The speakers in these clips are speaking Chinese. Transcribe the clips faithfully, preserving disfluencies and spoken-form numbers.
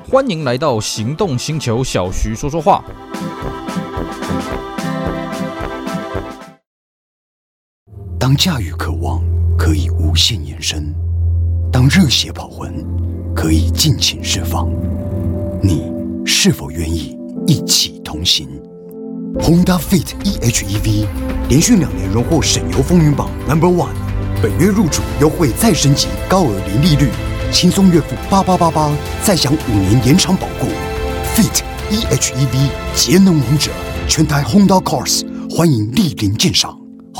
欢迎来到行动星球，小徐说说话。 当驾驭渴望可以无限延伸，当热血跑魂可以尽情释放，你是否愿意一起同行？ Honda Fit E H E V 连续两年荣获省油风云榜 Number One， 本月入主优惠再升级，高额零利率，轻松月付八八八八，再享五年延长保固。Fit E H E V 节能王者，全台 Honda Cars 欢迎莅临鉴赏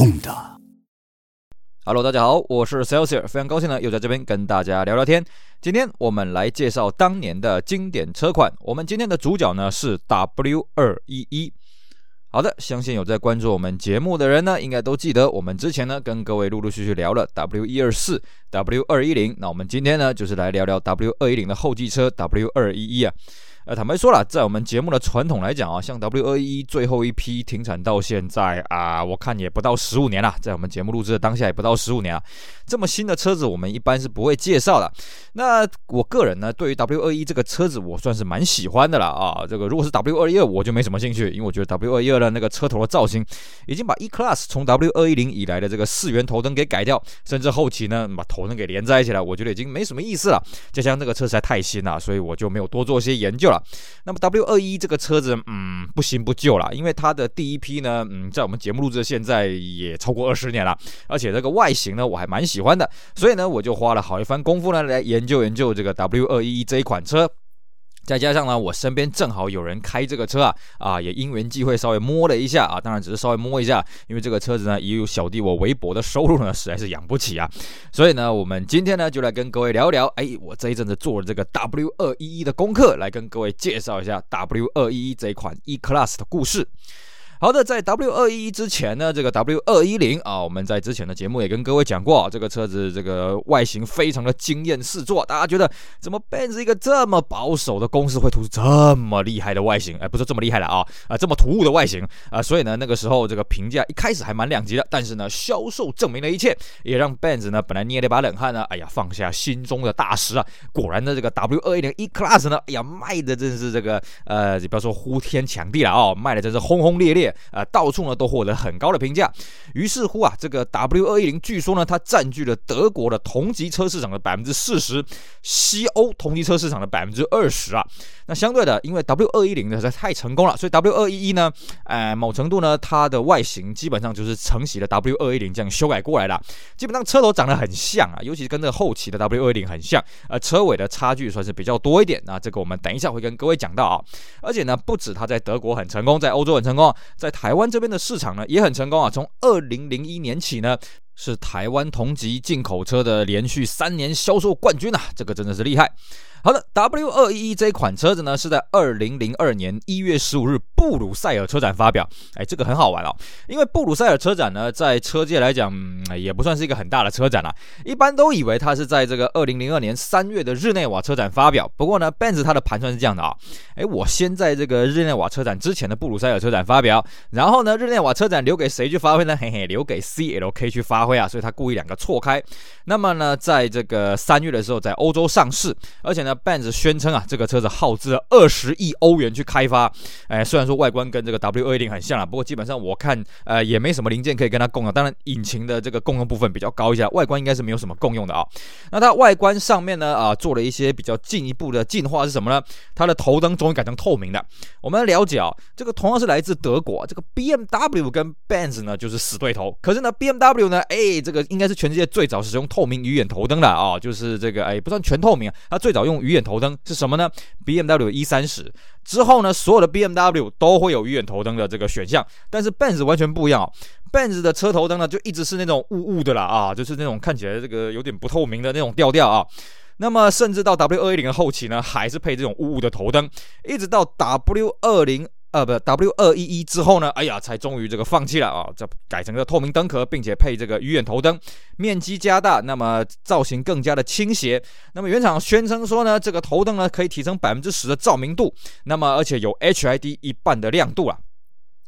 Honda。Hello， 大家好，我是 Celsius， 非常高兴呢，又在这边跟大家聊聊天。今天我们来介绍当年的经典车款。我们今天的主角呢是 W 二一一。好的，相信有在关注我们节目的人呢，应该都记得我们之前呢跟各位陆陆续续聊了 W 一二四、W 二一零。那我们今天呢就是来聊聊 W 二一零的后继车 W 二一一啊。呃，坦白说啦，在我们节目的传统来讲啊，像 W 二一一最后一批停产到现在啊，我看也不到十五年啦，在我们节目录制的当下也不到十五年啊。这么新的车子我们一般是不会介绍的。那我个人呢，对于 W 二一一这个车子我算是蛮喜欢的啦啊。这个如果是 W 二一二我就没什么兴趣，因为我觉得 W 二一二的那个车头的造型已经把 E-Class 从 W 二一零以来的这个四元头灯给改掉，甚至后期呢把头灯给连在一起了，我觉得已经没什么意思了。加上这个车实在太新了，所以我就没有多做些研究了。那么 W 二一一这个车子，嗯，不新不旧啦，因为它的第一批呢，嗯，在我们节目录制现在也超过二十年了，而且这个外形呢，我还蛮喜欢的，所以呢，我就花了好一番功夫呢，来研究研究这个 W 二一一这一款车。再加上呢，我身边正好有人开这个车啊，啊，也因缘际会稍微摸了一下啊，当然只是稍微摸一下，因为这个车子呢，也有小弟我微薄的收入呢，实在是养不起啊，所以呢，我们今天呢就来跟各位聊一聊，哎，我这一阵子做了这个 W 二一一的功课，来跟各位介绍一下 W 二一一这一款 E-Class 的故事。好的，在 W 二一一之前呢，这个 W 二一零啊，我们在之前的节目也跟各位讲过啊，这个车子这个外形非常的惊艳四座，大家觉得怎么 Benz 一个这么保守的公司会突出这么厉害的外形？哎，不是这么厉害了啊，啊这么突兀的外形啊，所以呢那个时候这个评价一开始还蛮两极的，但是呢销售证明了一切，也让 Benz 呢本来捏了一把冷汗呢，哎呀放下心中的大石啊，果然的这个 W 二一零 E-Class 呢，哎呀卖的真是这个呃，不要说呼天抢地了啊、哦，卖的真是轰轰烈烈。呃，到处呢都获得很高的评价，于是乎啊，这个 W 二一零 据说呢，它占据了德国的同级车市场的 百分之四十， 西欧同级车市场的 百分之二十 啊。那相对的，因为 W 二一零 呢实在太成功了，所以 W 二一一 呢，呃，某程度呢，它的外形基本上就是承袭了 W 二一零 这样修改过来的，基本上车头长得很像啊，尤其是跟这个后期的 W 二一零 很像，呃，车尾的差距算是比较多一点。那这个我们等一下会跟各位讲到啊。而且呢，不止它在德国很成功，在欧洲很成功，在台湾这边的市场呢也很成功啊。从二零零一年起呢，是台湾同级进口车的连续三年销售冠军啊，这个真的是厉害。好的 ，W 二一一 这款车子呢是在二零零二年一月十五日布鲁塞尔车展发表。哎，这个很好玩哦，因为布鲁塞尔车展呢，在车界来讲、嗯、也不算是一个很大的车展啦、啊，一般都以为它是在这个二零零二年三月的日内瓦车展发表。不过呢 ，Benz 它的盘算是这样的啊，哎，我先在这个日内瓦车展之前的布鲁塞尔车展发表，然后呢，日内瓦车展留给谁去发挥呢？嘿嘿，留给 C L K 去发挥啊，所以他故意两个错开。那么呢，在这个三月的时候，在欧洲上市，而且呢 ，Benz 宣称啊，这个车子耗资了二十亿欧元去开发。哎，虽然说外观跟这个 W 二一零 很像啦，不过基本上我看呃也没什么零件可以跟它共用。当然，引擎的这个共用部分比较高一些，外观应该是没有什么共用的啊。那它外观上面呢啊，做了一些比较进一步的进化是什么呢？它的头灯终于改成透明的。我们了解啊，这个同样是来自德国，这个 B M W 跟 Benz 呢就是死对头。可是呢 ，B M W 呢，哎，这个应该是全世界最早使用透明鱼眼头灯的啊、哦，就是这个哎不算全透明，它最早用鱼眼头灯是什么呢 ？B M W 一三十之后呢，所有的 B M W 都会有鱼眼头灯的这个选项，但是 Benz 完全不一样哦。Benz 的车头灯呢，就一直是那种雾雾的啦啊，就是那种看起来这个有点不透明的那种调调啊。那么甚至到 W 二一零 的后期呢，还是配这种雾雾的头灯，一直到 W 二零。呃不 W 二一一 之后呢，哎呀，才终于这个放弃了啊，这改成了透明灯壳，并且配这个鱼眼头灯，面积加大，那么造型更加的倾斜。那么原厂宣称说呢，这个头灯呢可以提升 百分之十 的照明度，那么而且有 H I D 一半的亮度啊。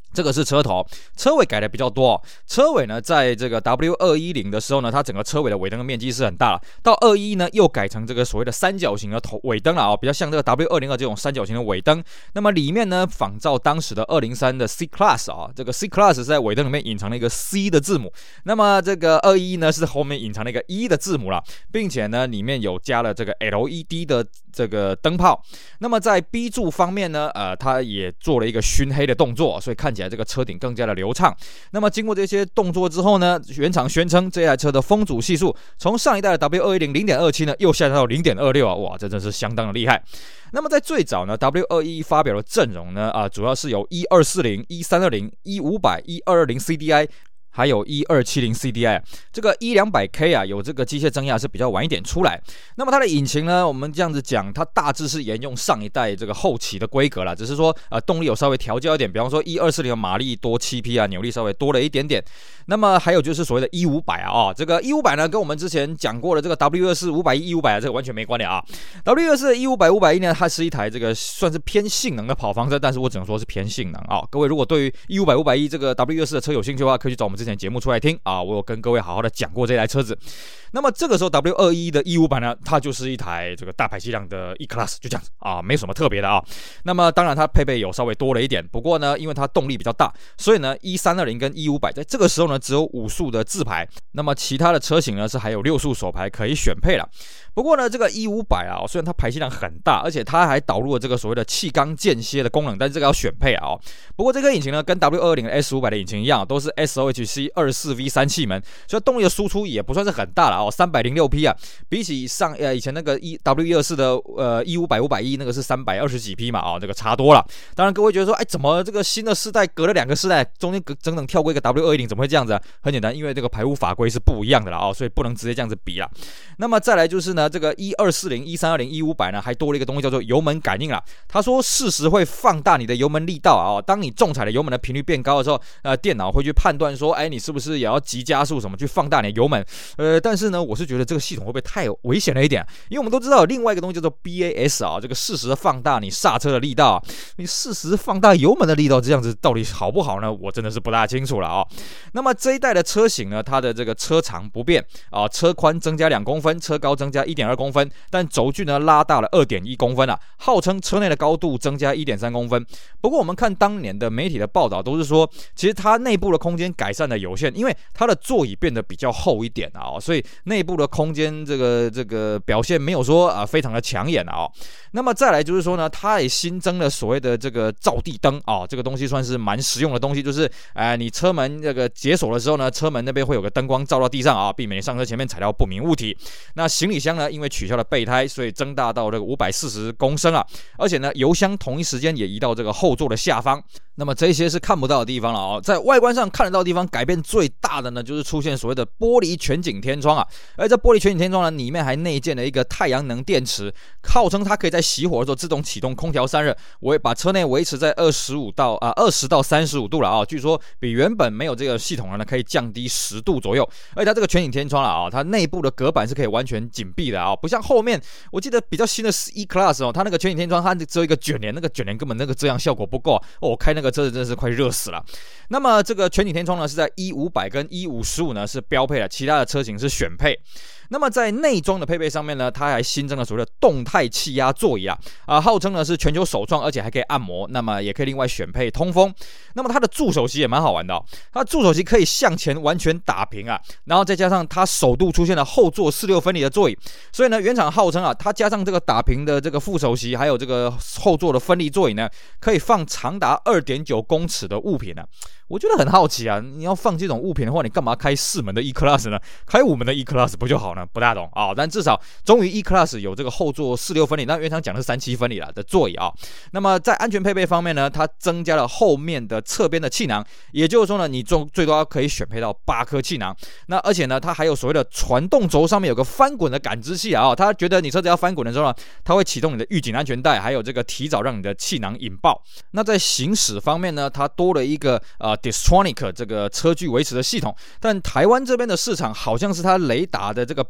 这个是车头，车尾改的比较多、哦。车尾呢，在这个 W 二一零 的时候呢，它整个车尾的尾灯的面积是很大了。到二一呢，又改成这个所谓的三角形的头尾灯了啊、哦，比较像这个 W 二零二 这种三角形的尾灯。那么里面呢，仿照当时的二零三的 C Class 啊、哦，这个 C Class 是在尾灯里面隐藏了一个 C 的字母。那么这个二一呢，是后面隐藏了一个 E 的字母了，并且呢，里面有加了这个 L E D 的这个灯泡。那么在 B 柱方面呢，呃，它也做了一个熏黑的动作，所以看起来这个车顶更加的流畅。那么经过这些动作之后呢，原厂宣称这台车的风阻系数从上一代的 W 二一零 零点二七 呢，又下降到 零点二六 啊，哇，这真是相当的厉害。那么在最早呢 ，W 二一一 发表的阵容呢，啊、呃，主要是由一二四零、一三二零、一五百、一二二零 C D I。还有一二七零 C D I， 这个一两百 K 啊，有这个机械增压是比较晚一点出来。那么它的引擎呢，我们这样子讲，它大致是沿用上一代这个后期的规格啦，只是说呃动力有稍微调教一点，比方说一二四零的马力多七匹啊，扭力稍微多了一点点。那么还有就是所谓的一五百啊，哦，这个一五百呢，跟我们之前讲过的这个 W 二四 五百一 一五百这个完全没关联啊。W 二四 一五百 五百一呢，它是一台这个算是偏性能的跑房车，但是我只能说是偏性能啊。各位如果对于一五百 五百一这个 W 二四的车有兴趣的话，可以去找我们之前节目出来听啊，我有跟各位好好的讲过这台车子。那么这个时候 W 二一 的一五百呢，它就是一台这个大排气量的 E Class， 就这样子啊，没什么特别的啊。那么当然它配备有稍微多了一点，不过呢，因为它动力比较大，所以呢一三二零跟一五百在这个时候呢只有五速的自排，那么其他的车型呢是还有六速手排可以选配了。不过呢，这个一五百啊，虽然它排气量很大，而且它还导入了这个所谓的气缸间歇的功能，但是这个要选配啊、哦。不过这个引擎呢，跟 W 二二零 的 S 五百 的引擎一样，都是 S O H C 二十四 V 三气门，所以动力的输出也不算是很大了哦，三百零六匹啊，比起上呃以前那个 W 一二四的呃一五百 五百一那个是三百二十几匹嘛啊、哦，这个差多了。当然各位觉得说，哎，怎么这个新的世代隔了两个世代，中间隔整整跳过一个 W 二一零，怎么会这样子啊？很简单，因为这个排污法规是不一样的啦哦，所以不能直接这样子比啦。那么再来就是呢，这个一二四零、一三二零、一五百呢，还多了一个东西叫做油门感应啦。他说适时会放大你的油门力道啊、哦，当你重踩的油门的频率变高的时候，呃，电脑会去判断说，哎，你是不是也要急加速什么去放大你的油门？呃，但是呢，我是觉得这个系统会不会太危险了一点？因为我们都知道有另外一个东西叫做 B A S 啊，这个适时的放大你刹车的力道、啊，你适时放大油门的力道，这样子到底好不好呢？我真的是不大清楚了啊、哦。那么这一代的车型呢，它的这个车长不变啊，车宽增加两公分，车高增加一点二公分，但轴距呢拉大了二点一公分啊，号称车内的高度增加一点三公分。不过我们看当年的媒体的报道都是说，其实它内部的空间改善的有限，因为它的座椅变得比较厚一点啊、哦，所以内部的空间这个这个表现没有说啊非常的抢眼啊、哦。那么再来就是说呢，它也新增了所谓的这个照地灯啊、哦，这个东西算是蛮实用的东西，就是呃你车门这个解锁的时候呢，车门那边会有个灯光照到地上啊，避免你上车前面踩到不明物体。那行李箱呢，因为取消了备胎，所以增大到这个五百四十公升啊，而且呢油箱同一时间也移到这个后座的下方。那么这些是看不到的地方了哦，在外观上看得到的地方改变最大的呢，就是出现所谓的玻璃全景天窗啊，而这玻璃全景天窗呢，里面还内建了一个太阳能电池，号称它可以在熄火的时候自动启动空调散热，我会把车内维持在二十五到啊二十到三十五度了啊，据说比原本没有这个系统的呢，可以降低十度左右，而且它这个全景天窗了啊，它内部的隔板是可以完全紧闭的啊，不像后面我记得比较新的 E Class 哦，它那个全景天窗它只有一个卷帘，那个卷帘根本那个遮阳效果不够、啊、哦，我开那个车子真的是快热死了。那么这个全景天窗呢，是在一五百跟一五十五呢是标配的，其他的车型是选配。那么在内装的配备上面呢，它还新增了所谓的动态气压座椅啊，啊，号称呢是全球首创，而且还可以按摩，那么也可以另外选配通风。那么它的助手席也蛮好玩的、哦，它的助手席可以向前完全打平啊，然后再加上它首度出现了后座四六分离的座椅，所以呢，原厂号称啊，它加上这个打平的这个副手席，还有这个后座的分离座椅呢，可以放长达 二点九公尺的物品啊。我觉得很好奇啊，你要放这种物品的话，你干嘛开四门的 E Class 呢？开五门的 E Class 不就好呢？不大懂啊、哦，但至少终于 E Class 有这个后座四六分离，那原厂讲的是三七分离啦的座椅啊、哦。那么在安全配备方面呢，它增加了后面的侧边的气囊，也就是说呢，你最多可以选配到八颗气囊。那而且呢，它还有所谓的传动轴上面有个翻滚的感知器啊、哦，它觉得你车子要翻滚的时候呢，它会启动你的预警安全带，还有这个提早让你的气囊引爆。那在行驶方面呢，它多了一个呃。Distronic 这个车距维持的系统，但台湾这边的市场好像是它雷达的这个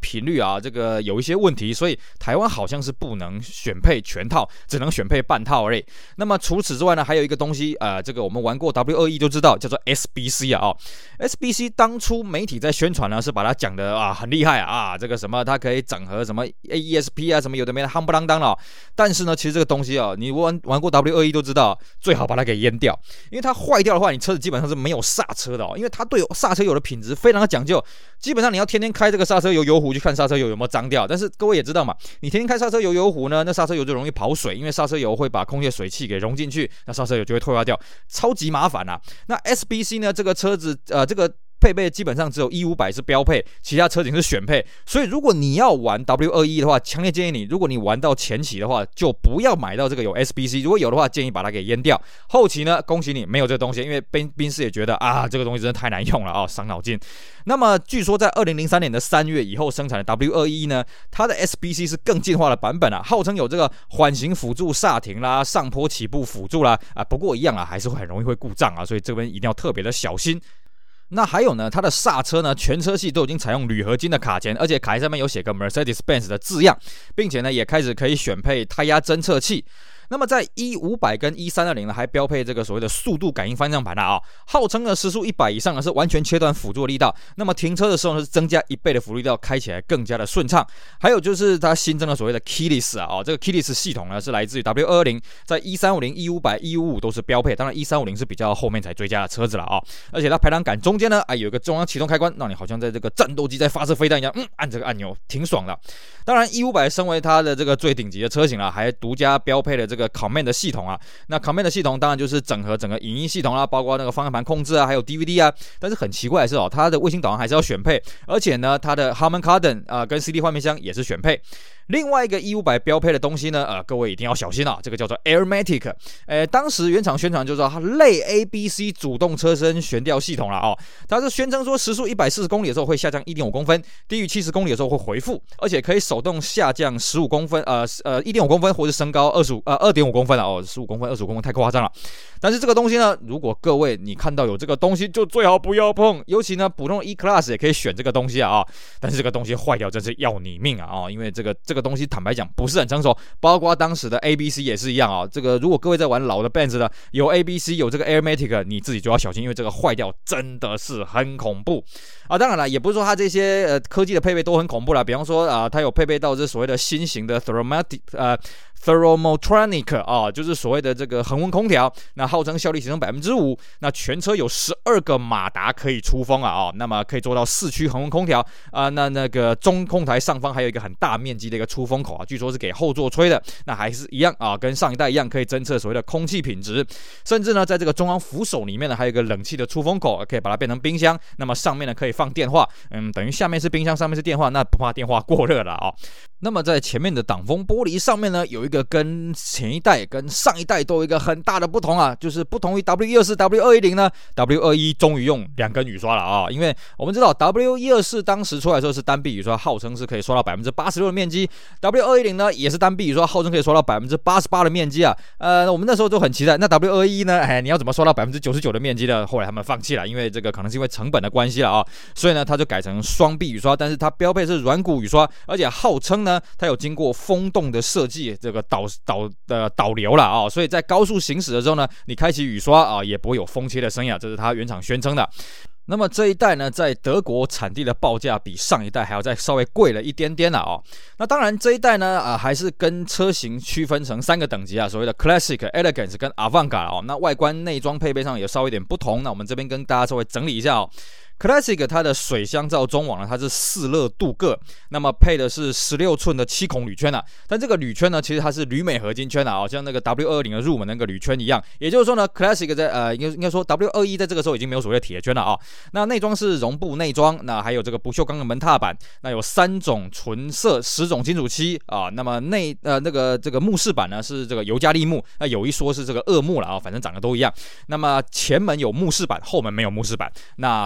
频率啊，这个有一些问题，所以台湾好像是不能选配全套，只能选配半套而已。那么除此之外呢，还有一个东西，呃，这个我们玩过 W 二 E 就知道，叫做 S B C 啊，哦 ，S B C 当初媒体在宣传呢，是把它讲的啊很厉害啊，这个什么它可以整合什么 A E S P 啊，什么有的没的夯不啷当了。但是呢，其实这个东西啊，你玩玩过 W 二 E 都知道，最好把它给淹掉，因为它坏掉的话，你车子基本上是没有刹车的哦，因为它对刹车油的品质非常的讲究，基本上你要天天开这个刹车油油壶去看刹车油有没有脏掉。但是各位也知道嘛，你天天开刹车油油壶呢，那刹车油就容易跑水，因为刹车油会把空气水汽给溶进去，那刹车油就会退化掉，超级麻烦啊。那 S B C 呢，这个车子呃这个配备基本上只有一五百是标配，其他车型是选配。所以如果你要玩 W 二 E 的话，强烈建议你，如果你玩到前期的话，就不要买到这个有 S B C。如果有的话，建议把它给淹掉。后期呢，恭喜你没有这个东西，因为宾宾士也觉得啊，这个东西真的太难用了啊，伤脑筋。那么据说在二零零三年的三月以后生产的 W 二 E 呢，它的 S B C 是更进化的版本啊，号称有这个缓行辅助刹停啦、上坡起步辅助啦啊，不过一样啊，还是会很容易会故障啊，所以这边一定要特别的小心。那还有呢，它的刹车呢，全车系都已经采用铝合金的卡钳，而且卡钳上面有写个 Mercedes-Benz 的字样，并且呢，也开始可以选配胎压侦测器。那么在 E 五百 跟 E 三二零 呢，还标配这个所谓的速度感应方向盘啊、哦，号称呢时速一百以上呢是完全切断辅助的力道，那么停车的时候呢是增加一倍的辅助力道，开起来更加的顺畅。还有就是它新增了所谓的 Keyless 啊，哦，这个 Keyless 系统呢是来自于 W 二二零，在 E 三五零、E 五百、E 五五 都是标配，当然 E 三五零 是比较后面才追加的车子了啊、哦，而且它排挡杆中间呢，哎有一个中央启动开关，让你好像在这个战斗机在发射飞弹一样，嗯，按这个按钮挺爽的。当然 E 五百 身为它的这个最顶级的车型了，还独家标配了这个 Command 的系统。那 Command 的系统当然就是整合整个影音系统啦，包括那个方向盘控制啊，还有 D V D 啊。但是很奇怪的是哦，它的卫星导航还是要选配，而且呢，它的 Harman Kardon 啊、呃、跟 C D 换面箱也是选配。另外一个 E 五百 标配的东西呢，呃，各位一定要小心啊，这个叫做 Airmatic。呃，当时原厂宣传就说它类 A B C 主动车身悬吊系统了哦，它是宣称说时速一百四十公里的时候会下降 一点五公分，低于七十公里的时候会回复，而且可以手动下降十五公分，呃呃 一点五公分或是升高二十五呃 二点五公分了哦，十五公分、二十五公分太夸张了。但是这个东西呢，如果各位你看到有这个东西，就最好不要碰。尤其呢，普通的 E-Class 也可以选这个东西啊、哦，但是这个东西坏掉真是要你命啊哦，因为这个这个东西坦白讲不是很成熟，包括当时的 A B C 也是一样啊、哦。这个如果各位在玩老的 Benz 的，有 A B C 有这个 Airmatic， 你自己就要小心，因为这个坏掉真的是很恐怖啊。当然了，也不是说它这些呃科技的配备都很恐怖啦，比方说啊、呃，它有配备到这所谓的新型的 Thermomatic 呃。Thermotronic 啊，就是所谓的这个恒温空调，那号称效率提升 百分之五， 那全车有十二个马达可以出风啊、哦、那么可以做到四驱恒温空调啊、呃，那那个中控台上方还有一个很大面积的一个出风口啊，据说是给后座吹的，那还是一样啊，跟上一代一样可以侦测所谓的空气品质，甚至呢在这个中央扶手里面呢还有一个冷气的出风口，可以把它变成冰箱，那么上面呢可以放电话，嗯，等于下面是冰箱，上面是电话，那不怕电话过热了啊、哦。那么在前面的挡风玻璃上面呢，有一个跟前一代跟上一代都有一个很大的不同啊，就是不同于 W 一二四 W 二一零呢 W 二一 终于用两根雨刷了啊，因为我们知道 W 一二四 当时出来的时候是单臂雨刷，号称是可以刷到 百分之八十六 的面积， W 二一零 呢也是单臂雨刷，号称可以刷到 百分之八十八 的面积啊。呃，我们那时候就很期待，那 W 二一 呢，哎，你要怎么刷到 百分之九十九 的面积呢？后来他们放弃了，因为这个可能是因为成本的关系了啊，所以呢它就改成双臂雨刷，但是它标配是软骨雨刷，而且号称呢它有经过风洞的设计，这个导导的导流了啊、哦，所以在高速行驶的时候呢，你开启雨刷啊，也不会有风切的声音啊，这是它原厂宣称的。那么这一代呢，在德国产地的报价比上一代还要再稍微贵了一点点了哦。那当然这一代呢，啊、呃、还是跟车型区分成三个等级啊，所谓的 Classic、Elegance 跟 Avantgarde 哦。那外观内装配备上有稍微一点不同，那我们这边跟大家稍微整理一下哦。Classic 它的水箱罩中网呢，它是四热镀铬，那么配的是十六寸的七孔铝圈啊，但这个铝圈呢，其实它是铝镁合金圈啊，像那个 W 二二零 的入门那个铝圈一样。也就是说呢 ，Classic 在呃应该应该说 W 二一 在这个时候已经没有所谓的铁圈了啊。那内装是绒布内装，那还有这个不锈钢的门踏板，那有三种纯色，十种金属漆啊。那么内呃那个这个木饰板呢是这个尤加利木，那有一说是这个恶木了啊，反正长得都一样。那么前门有木饰板，后门没有木饰板，那它也没有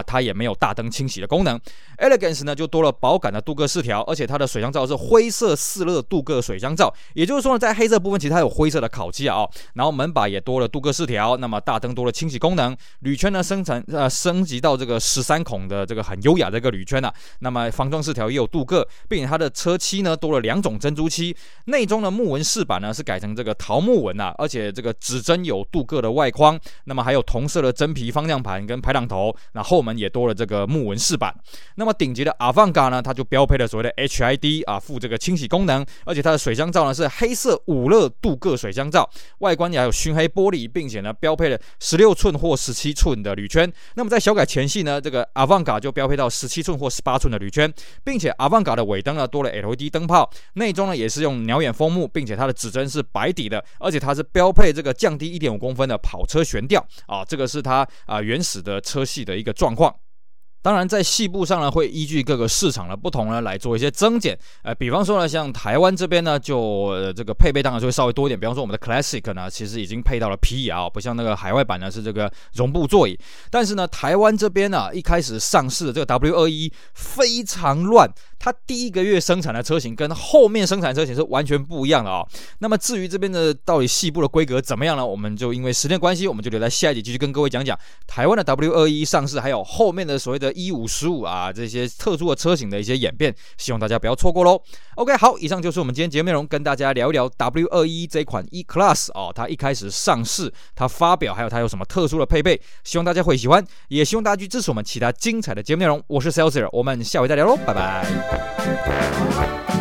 没有大灯清洗的功能。Elegance 呢就多了饱感的镀铬饰条，而且它的水箱罩是灰色四热镀铬水箱罩，也就是说呢，在黑色部分其实它有灰色的烤漆啊、哦，然后门把也多了镀铬饰条，那么大灯多了清洗功能，铝圈呢生产呃升级到这个十三孔的这个很优雅的一个铝圈啊，那么防撞饰条也有镀铬，并且它的车漆呢多了两种珍珠漆，内中的木纹饰板呢是改成这个桃木纹啊，而且这个指针有镀铬的外框，那么还有同色的真皮方向盘跟排挡头，那后门也多了这个木纹饰板。那么顶级的 Avantgarde 呢，它就标配了所谓的 H I D 啊，附这个清洗功能，而且它的水箱罩呢是黑色五热镀铬水箱罩，外观也有熏黑玻璃，并且呢标配了十六寸或十七寸的铝圈。那么在小改前夕呢，这个 Avantgarde 就标配到十七寸或十八寸的铝圈，并且 Avantgarde 的尾灯呢多了 L E D 灯泡，内中呢也是用鸟眼枫木，并且它的指针是白底的，而且它是标配这个降低 一点五公分的跑车悬吊啊，这个是它啊、呃、原始的车系的一个状况。当然，在细部上呢，会依据各个市场的不同呢，来做一些增减。呃，比方说呢，像台湾这边呢，就、呃、这个配备当然就会稍微多一点。比方说我们的 Classic 呢，其实已经配到了皮椅啊，不像那个海外版呢是这个绒布座椅。但是呢，台湾这边呢，一开始上市的这个 W 二十一 非常乱，它第一个月生产的车型跟后面生产的车型是完全不一样的啊、哦。那么至于这边的到底细部的规格怎么样呢？我们就因为时间关系，我们就留在下一集继续跟各位讲讲台湾的 W 二十一 上市，还有后面的所谓的一五十五啊这些特殊的车型的一些演变，希望大家不要错过咯。OK， 好，以上就是我们今天节目内容，跟大家聊一聊 W 二十一 这款 E-Class 哦，它一开始上市，它发表，还有它有什么特殊的配备，希望大家会喜欢，也希望大家去支持我们其他精彩的节目内容。我是 Celsius， 我们下回再聊咯，拜拜。